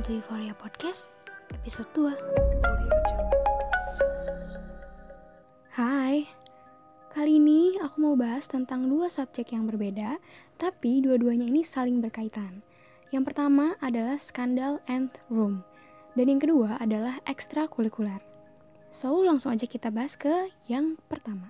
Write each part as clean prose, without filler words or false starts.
to Euphoria Podcast, episode 2. Hai, kali ini aku mau bahas tentang dua subjek yang berbeda, tapi dua-duanya ini saling berkaitan. Yang pertama adalah skandal Nth Room, dan yang kedua adalah ekstrakurikuler. So, langsung aja kita bahas ke yang pertama.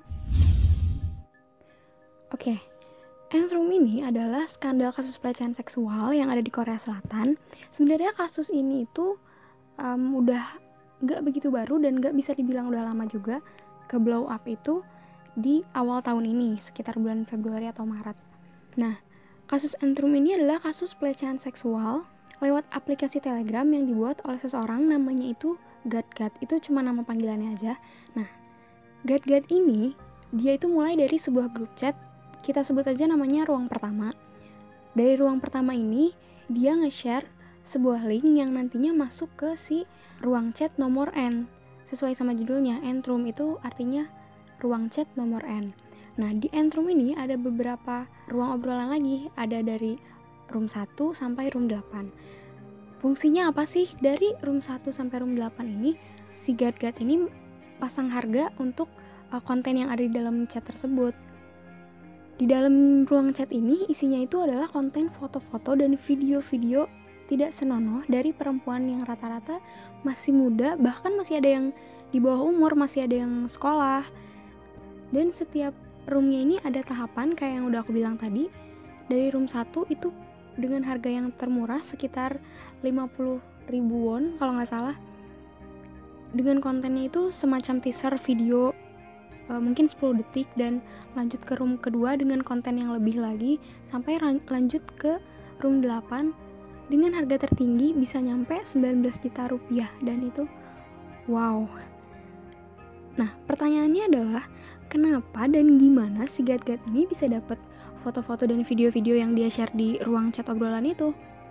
Oke. Nth Room ini adalah skandal kasus pelecehan seksual yang ada di Korea Selatan. Sebenarnya kasus ini itu udah gak begitu baru dan gak bisa dibilang udah lama juga. Ke blow up itu di awal tahun ini, sekitar bulan Februari atau Maret. Nah, kasus Nth Room ini adalah kasus pelecehan seksual lewat aplikasi Telegram yang dibuat oleh seseorang, namanya itu Gat. Itu cuma nama panggilannya aja. Nah, Gat ini dia itu mulai dari sebuah grup chat. Kita sebut aja namanya ruang pertama. Dari ruang pertama ini, dia nge-share sebuah link yang nantinya masuk ke si ruang chat nomor N. Sesuai sama judulnya, Nth Room itu artinya ruang chat nomor N. Nah, di Nth Room ini ada beberapa ruang obrolan lagi. Ada dari room 1 sampai room 8. Fungsinya apa sih? Dari room 1 sampai room 8 ini, si Gat ini pasang harga untuk konten yang ada di dalam chat tersebut. Di dalam ruang chat ini isinya itu adalah konten foto-foto dan video-video tidak senonoh dari perempuan yang rata-rata masih muda, bahkan masih ada yang di bawah umur, masih ada yang sekolah. Dan setiap roomnya ini ada tahapan kayak yang udah aku bilang tadi. Dari room 1 itu dengan harga yang termurah sekitar 50.000 won kalau nggak salah. Dengan kontennya itu semacam teaser video mungkin 10 detik dan lanjut ke room kedua dengan konten yang lebih lagi sampai lanjut ke room 8 dengan harga tertinggi bisa nyampe 19 juta rupiah, dan itu wow. Nah, pertanyaannya adalah kenapa dan gimana si Gat ini bisa dapat foto-foto dan video-video yang dia share di ruang chat obrolan itu.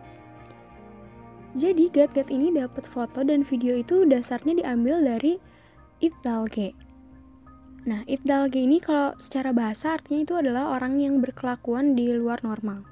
Jadi Gat ini dapat foto dan video itu dasarnya diambil dari Itdalge. Nah, Itdalge ini kalau secara bahasa artinya itu adalah orang yang berkelakuan di luar normal.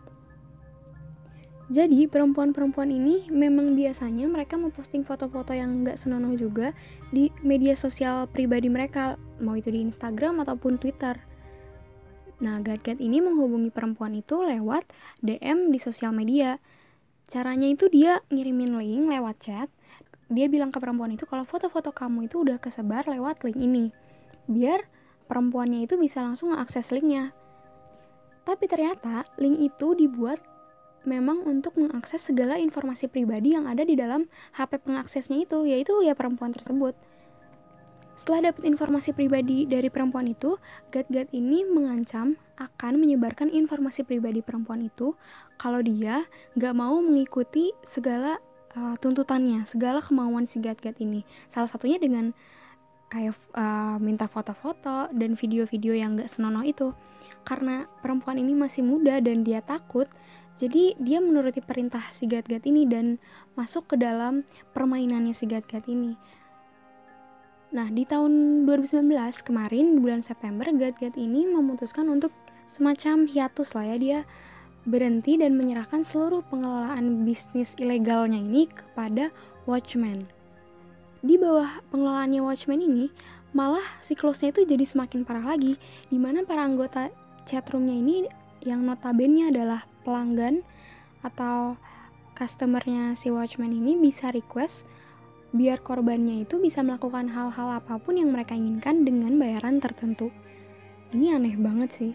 Jadi, perempuan-perempuan ini memang biasanya mereka memposting foto-foto yang nggak senonoh juga di media sosial pribadi mereka, mau itu di Instagram ataupun Twitter. Nah, Gat ini menghubungi perempuan itu lewat DM di sosial media. Caranya itu dia ngirimin link lewat chat. Dia bilang ke perempuan itu kalau foto-foto kamu itu udah kesebar lewat link ini, biar perempuannya itu bisa langsung ngeakses linknya. Tapi ternyata link itu dibuat memang untuk mengakses segala informasi pribadi yang ada di dalam HP pengaksesnya itu, yaitu ya perempuan tersebut. Setelah dapat informasi pribadi dari perempuan itu, Gat ini mengancam akan menyebarkan informasi pribadi perempuan itu kalau dia gak mau mengikuti segala tuntutannya, segala kemauan si Gat ini. Salah satunya dengan kayak minta foto-foto dan video-video yang gak senonoh itu. Karena perempuan ini masih muda dan dia takut, jadi dia menuruti perintah si Gat ini dan masuk ke dalam permainannya si Gat ini. Nah, di tahun 2019 kemarin, di bulan September, Gat ini memutuskan untuk semacam hiatus lah ya. Dia berhenti dan menyerahkan seluruh pengelolaan bisnis ilegalnya ini kepada Watchman. Di bawah pengelolaannya Watchman ini, malah siklusnya itu jadi semakin parah lagi, di mana para anggota chatroomnya ini yang notabene adalah pelanggan atau customernya si Watchman ini bisa request biar korbannya itu bisa melakukan hal-hal apapun yang mereka inginkan dengan bayaran tertentu. Ini aneh banget sih.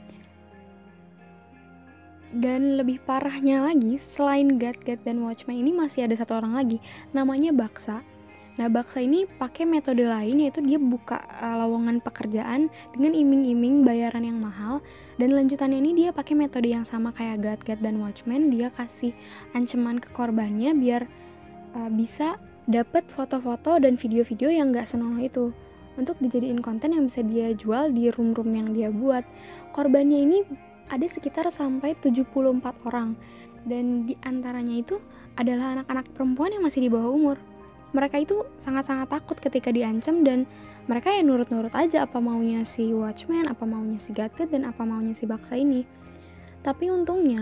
Dan lebih parahnya lagi, selain Gat dan Watchman ini masih ada satu orang lagi, namanya Baksa. Nah, Baksa ini pakai metode lain, yaitu dia buka lowongan pekerjaan dengan iming-iming bayaran yang mahal, dan lanjutannya ini dia pakai metode yang sama kayak Gat dan Watchman. Dia kasih ancaman ke korbannya biar bisa dapat foto-foto dan video-video yang gak senonoh itu untuk dijadiin konten yang bisa dia jual di room-room yang dia buat. Korbannya ini ada sekitar sampai 74 orang, dan di antaranya itu adalah anak-anak perempuan yang masih di bawah umur. Mereka itu sangat-sangat takut ketika diancam, dan mereka ya nurut-nurut aja apa maunya si Watchman, apa maunya si Gat dan apa maunya si Baksa ini. Tapi untungnya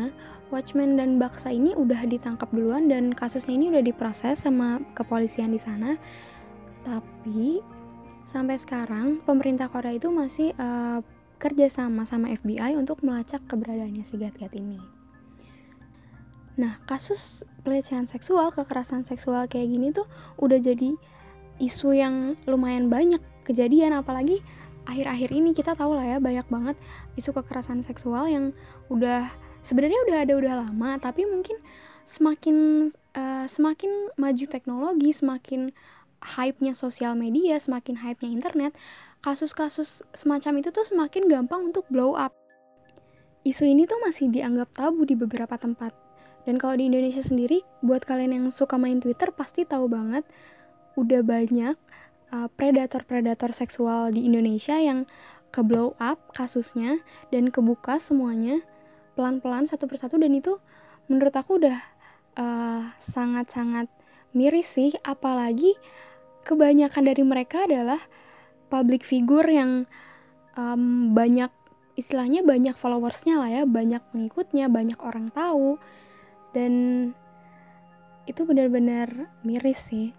Watchman dan Baksa ini udah ditangkap duluan dan kasusnya ini udah diproses sama kepolisian di sana. Tapi sampai sekarang pemerintah Korea itu masih kerja sama FBI untuk melacak keberadaannya si Gat-Gat ini. Nah, kasus pelecehan seksual, kekerasan seksual kayak gini tuh udah jadi isu yang lumayan banyak kejadian, apalagi akhir-akhir ini kita tahu lah ya, banyak banget isu kekerasan seksual yang sebenarnya udah lama, tapi mungkin semakin maju teknologi, semakin hype-nya sosial media, semakin hype-nya internet, kasus-kasus semacam itu tuh semakin gampang untuk blow up. Isu ini tuh masih dianggap tabu di beberapa tempat. Dan kalau di Indonesia sendiri, buat kalian yang suka main Twitter pasti tahu banget udah banyak predator-predator seksual di Indonesia yang ke blow up kasusnya dan kebuka semuanya pelan-pelan satu persatu, dan itu menurut aku udah sangat-sangat miris sih, apalagi kebanyakan dari mereka adalah public figure yang banyak, istilahnya banyak followersnya lah ya, banyak pengikutnya, banyak orang tahu, dan itu benar-benar miris sih.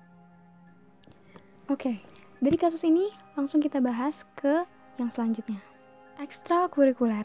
Oke, dari kasus ini langsung kita bahas ke yang selanjutnya, ekstrakurikuler.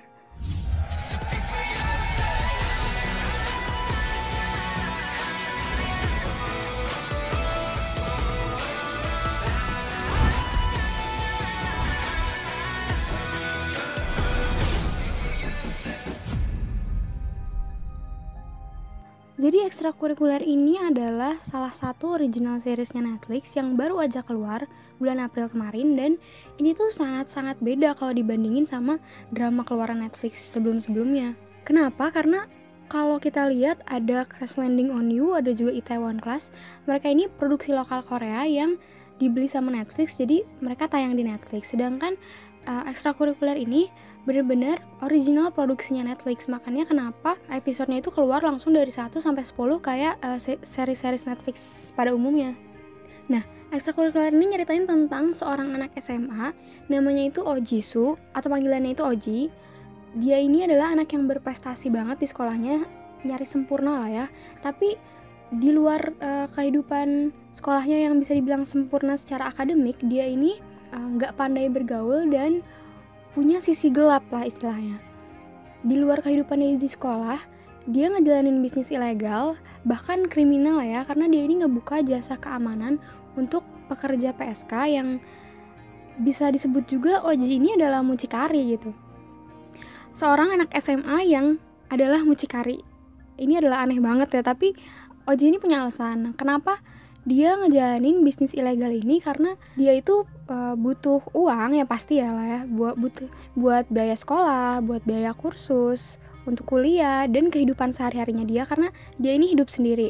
Jadi ekstrakurikuler ini adalah salah satu original seriesnya Netflix yang baru aja keluar bulan April kemarin, dan ini tuh sangat-sangat beda kalau dibandingin sama drama keluaran Netflix sebelum-sebelumnya. Kenapa? Karena kalau kita lihat ada Crash Landing on You, ada juga Itaewon Class. Mereka ini produksi lokal Korea yang dibeli sama Netflix, jadi mereka tayang di Netflix. Sedangkan ekstrakurikuler ini bener-bener original produksinya Netflix, makanya kenapa episodenya itu keluar langsung dari 1 sampai 10 kayak seri-seri Netflix pada umumnya. Nah, ekstrakurikuler ini nyeritain tentang seorang anak SMA, namanya itu Oh Jisoo, atau panggilannya itu Oji. Dia ini adalah anak yang berprestasi banget di sekolahnya, nyaris sempurna lah ya, tapi di luar kehidupan sekolahnya yang bisa dibilang sempurna secara akademik, dia ini nggak pandai bergaul dan punya sisi gelap lah istilahnya. Di luar kehidupannya di sekolah, dia ngejalanin bisnis ilegal, bahkan kriminal lah ya, karena dia ini ngebuka jasa keamanan untuk pekerja PSK yang bisa disebut juga Oji ini adalah mucikari gitu. Seorang anak SMA yang adalah mucikari. Ini adalah aneh banget ya, tapi Oji ini punya alasan. Kenapa dia ngejalanin bisnis ilegal ini? Karena dia itu butuh uang, ya pasti ya lah ya, buat biaya sekolah, buat biaya kursus, untuk kuliah dan kehidupan sehari-harinya dia, karena dia ini hidup sendiri.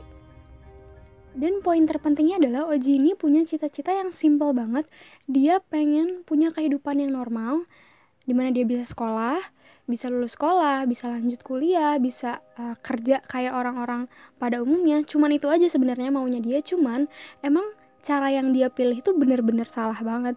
Dan poin terpentingnya adalah Oji ini punya cita-cita yang simple banget. Dia pengen punya kehidupan yang normal, dimana dia bisa sekolah, bisa lulus sekolah, bisa lanjut kuliah, bisa kerja kayak orang-orang pada umumnya. Cuman itu aja sebenarnya maunya dia, cuman emang cara yang dia pilih itu benar-benar salah banget.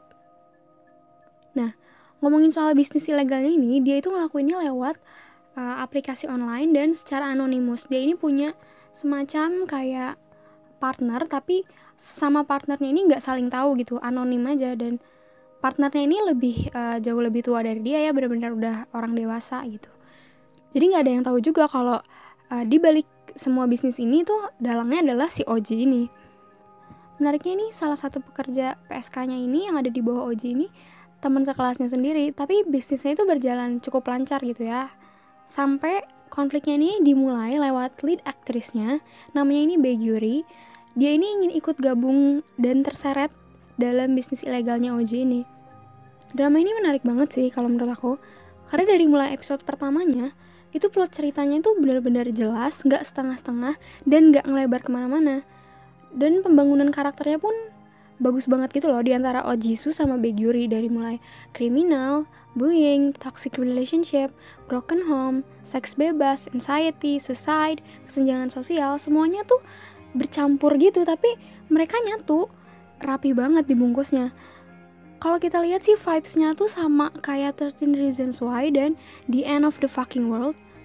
Nah, ngomongin soal bisnis ilegalnya ini, dia itu ngelakuinnya lewat aplikasi online dan secara anonimus. Dia ini punya semacam kayak partner, tapi sama partnernya ini nggak saling tahu gitu, anonim aja, dan partnernya ini jauh lebih tua dari dia ya, benar-benar udah orang dewasa gitu. Jadi nggak ada yang tahu juga kalau di balik semua bisnis ini tuh dalangnya adalah si Oji ini. Menariknya ini salah satu pekerja PSK-nya ini yang ada di bawah Oji ini teman sekelasnya sendiri, tapi bisnisnya itu berjalan cukup lancar gitu ya. Sampai konfliknya ini dimulai lewat lead aktrisnya, namanya ini Baegyuri. Dia ini ingin ikut gabung dan terseret dalam bisnis ilegalnya Oji ini. Drama ini menarik banget sih kalau menurut aku, karena dari mulai episode pertamanya itu plot ceritanya itu benar-benar jelas, nggak setengah-setengah dan nggak ngelebar kemana-mana. Dan pembangunan karakternya pun bagus banget gitu loh, di antara Oh Jisoo sama Baegyuri, dari mulai kriminal, bullying, toxic relationship, broken home, seks bebas, anxiety, suicide, kesenjangan sosial, semuanya tuh bercampur gitu, tapi mereka nyatu, rapi banget dibungkusnya. Kalau kita lihat sih vibes-nya tuh sama kayak 13 Reasons Why dan The End of the Fucking World.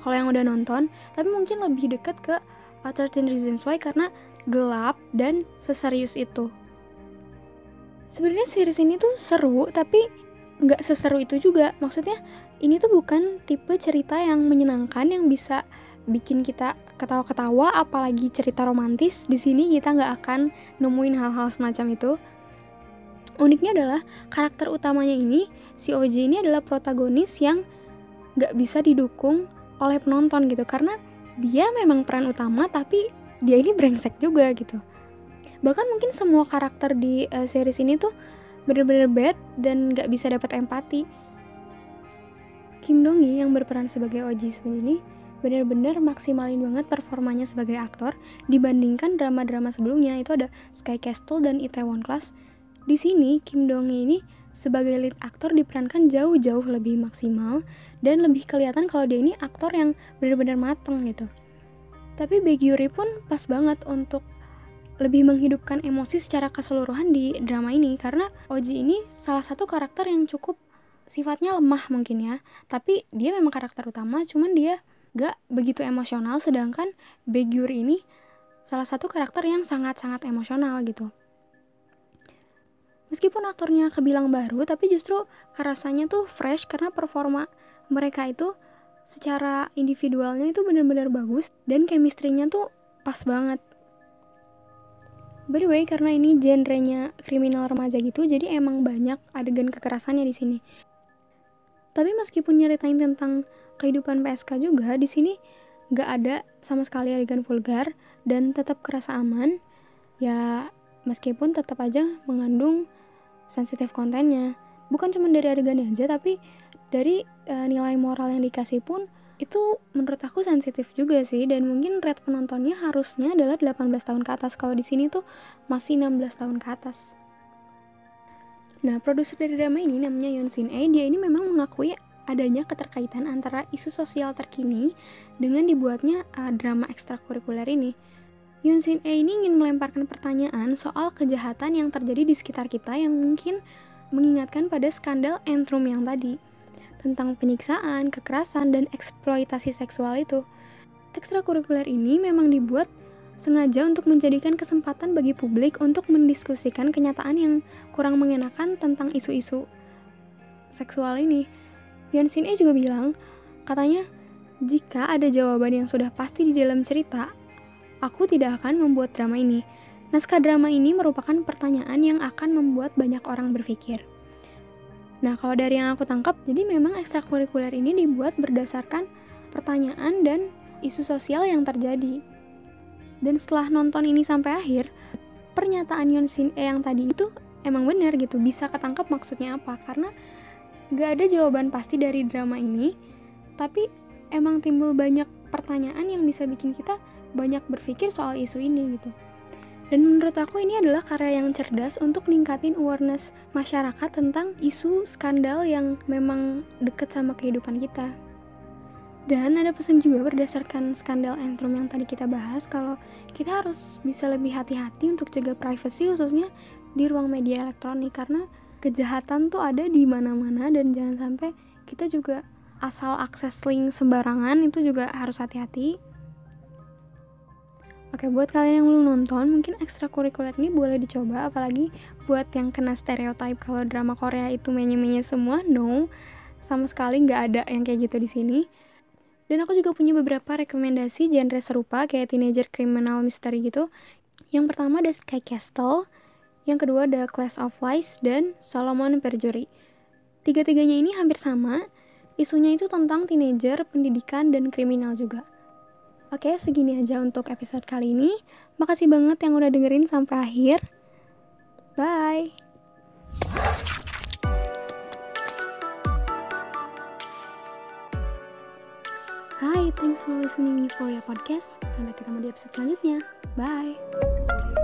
kalau yang udah nonton, tapi mungkin lebih dekat ke 13 Reasons Why karena gelap dan seserius itu. Sebenarnya series ini tuh seru, tapi nggak seseru itu juga. Maksudnya ini tuh bukan tipe cerita yang menyenangkan yang bisa bikin kita ketawa-ketawa, apalagi cerita romantis. Di sini kita nggak akan nemuin hal-hal semacam itu. Uniknya adalah karakter utamanya ini, si OJ ini adalah protagonis yang nggak bisa didukung oleh penonton gitu, karena dia memang peran utama tapi dia ini brengsek juga gitu. Bahkan mungkin semua karakter di series ini tuh bener-bener bad dan nggak bisa dapat empati. Kim Dong Gi yang berperan sebagai Oh Ji Sun ini bener-bener maksimalin banget performanya sebagai aktor dibandingkan drama-drama sebelumnya. Itu ada Sky Castle dan Itaewon Class. Di sini Kim Dong Gi ini sebagai lead aktor diperankan jauh-jauh lebih maksimal dan lebih kelihatan kalau dia ini aktor yang benar-benar mateng gitu. Tapi Baek Yuri pun pas banget untuk lebih menghidupkan emosi secara keseluruhan di drama ini, karena Oji ini salah satu karakter yang cukup sifatnya lemah mungkin ya, tapi dia memang karakter utama, cuman dia gak begitu emosional, sedangkan Baek Yuri ini salah satu karakter yang sangat-sangat emosional gitu. Meskipun aktornya kebilang baru, tapi justru kerasanya tuh fresh karena performa mereka itu secara individualnya itu benar-benar bagus dan chemistry-nya tuh pas banget. By the way, karena ini genrenya kriminal remaja gitu, jadi emang banyak adegan kekerasannya di sini. Tapi meskipun nyeritain tentang kehidupan PSK juga, di sini nggak ada sama sekali adegan vulgar dan tetap kerasa aman. Ya, meskipun tetap aja mengandung sensitif kontennya. Bukan cuma dari adegannya aja, tapi dari nilai moral yang dikasih pun itu menurut aku sensitif juga sih, dan mungkin rate penontonnya harusnya adalah 18 tahun ke atas. Kalau di sini tuh masih 16 tahun ke atas. Nah, produser dari drama ini namanya Yoon Shin Ae. Dia ini memang mengakui adanya keterkaitan antara isu sosial terkini dengan dibuatnya drama ekstrakurikuler ini. Yoon Shin Ae ini ingin melemparkan pertanyaan soal kejahatan yang terjadi di sekitar kita yang mungkin mengingatkan pada skandal Antrum yang tadi, tentang penyiksaan, kekerasan, dan eksploitasi seksual itu. Ekstrakurikuler ini memang dibuat sengaja untuk menjadikan kesempatan bagi publik untuk mendiskusikan kenyataan yang kurang mengenakan tentang isu-isu seksual ini. Yoon Shin Ae juga bilang, katanya, jika ada jawaban yang sudah pasti di dalam cerita, aku tidak akan membuat drama ini. Naskah drama ini merupakan pertanyaan yang akan membuat banyak orang berpikir. Nah, kalau dari yang aku tangkap, jadi memang ekstrakurikuler ini dibuat berdasarkan pertanyaan dan isu sosial yang terjadi. Dan setelah nonton ini sampai akhir, pernyataan Yoon Shin Ae yang tadi itu emang benar gitu, bisa ketangkap maksudnya apa. Karena gak ada jawaban pasti dari drama ini, tapi emang timbul banyak pertanyaan yang bisa bikin kita banyak berpikir soal isu ini gitu. Dan menurut aku ini adalah karya yang cerdas untuk ningkatin awareness masyarakat tentang isu skandal yang memang deket sama kehidupan kita. Dan ada pesan juga berdasarkan skandal Antrum yang tadi kita bahas, kalau kita harus bisa lebih hati-hati untuk jaga privacy khususnya di ruang media elektronik, karena kejahatan tuh ada di mana-mana dan jangan sampai kita juga asal akses link sembarangan, itu juga harus hati-hati. Oke, buat kalian yang belum nonton, mungkin ekstrakurikuler ini boleh dicoba, apalagi buat yang kena stereotype kalau drama Korea itu menye-menye semua. No, sama sekali nggak ada yang kayak gitu di sini. Dan aku juga punya beberapa rekomendasi genre serupa kayak teenager criminal mystery gitu. Yang pertama ada Sky Castle, yang kedua ada Class of Lies, dan Solomon Perjury. Tiga-tiganya ini hampir sama, isunya itu tentang teenager, pendidikan, dan kriminal juga. Oke, segini aja untuk episode kali ini. Makasih banget yang udah dengerin sampai akhir. Bye! Hi, thanks for listening Euphoria Podcast. Sampai ketemu di episode selanjutnya. Bye!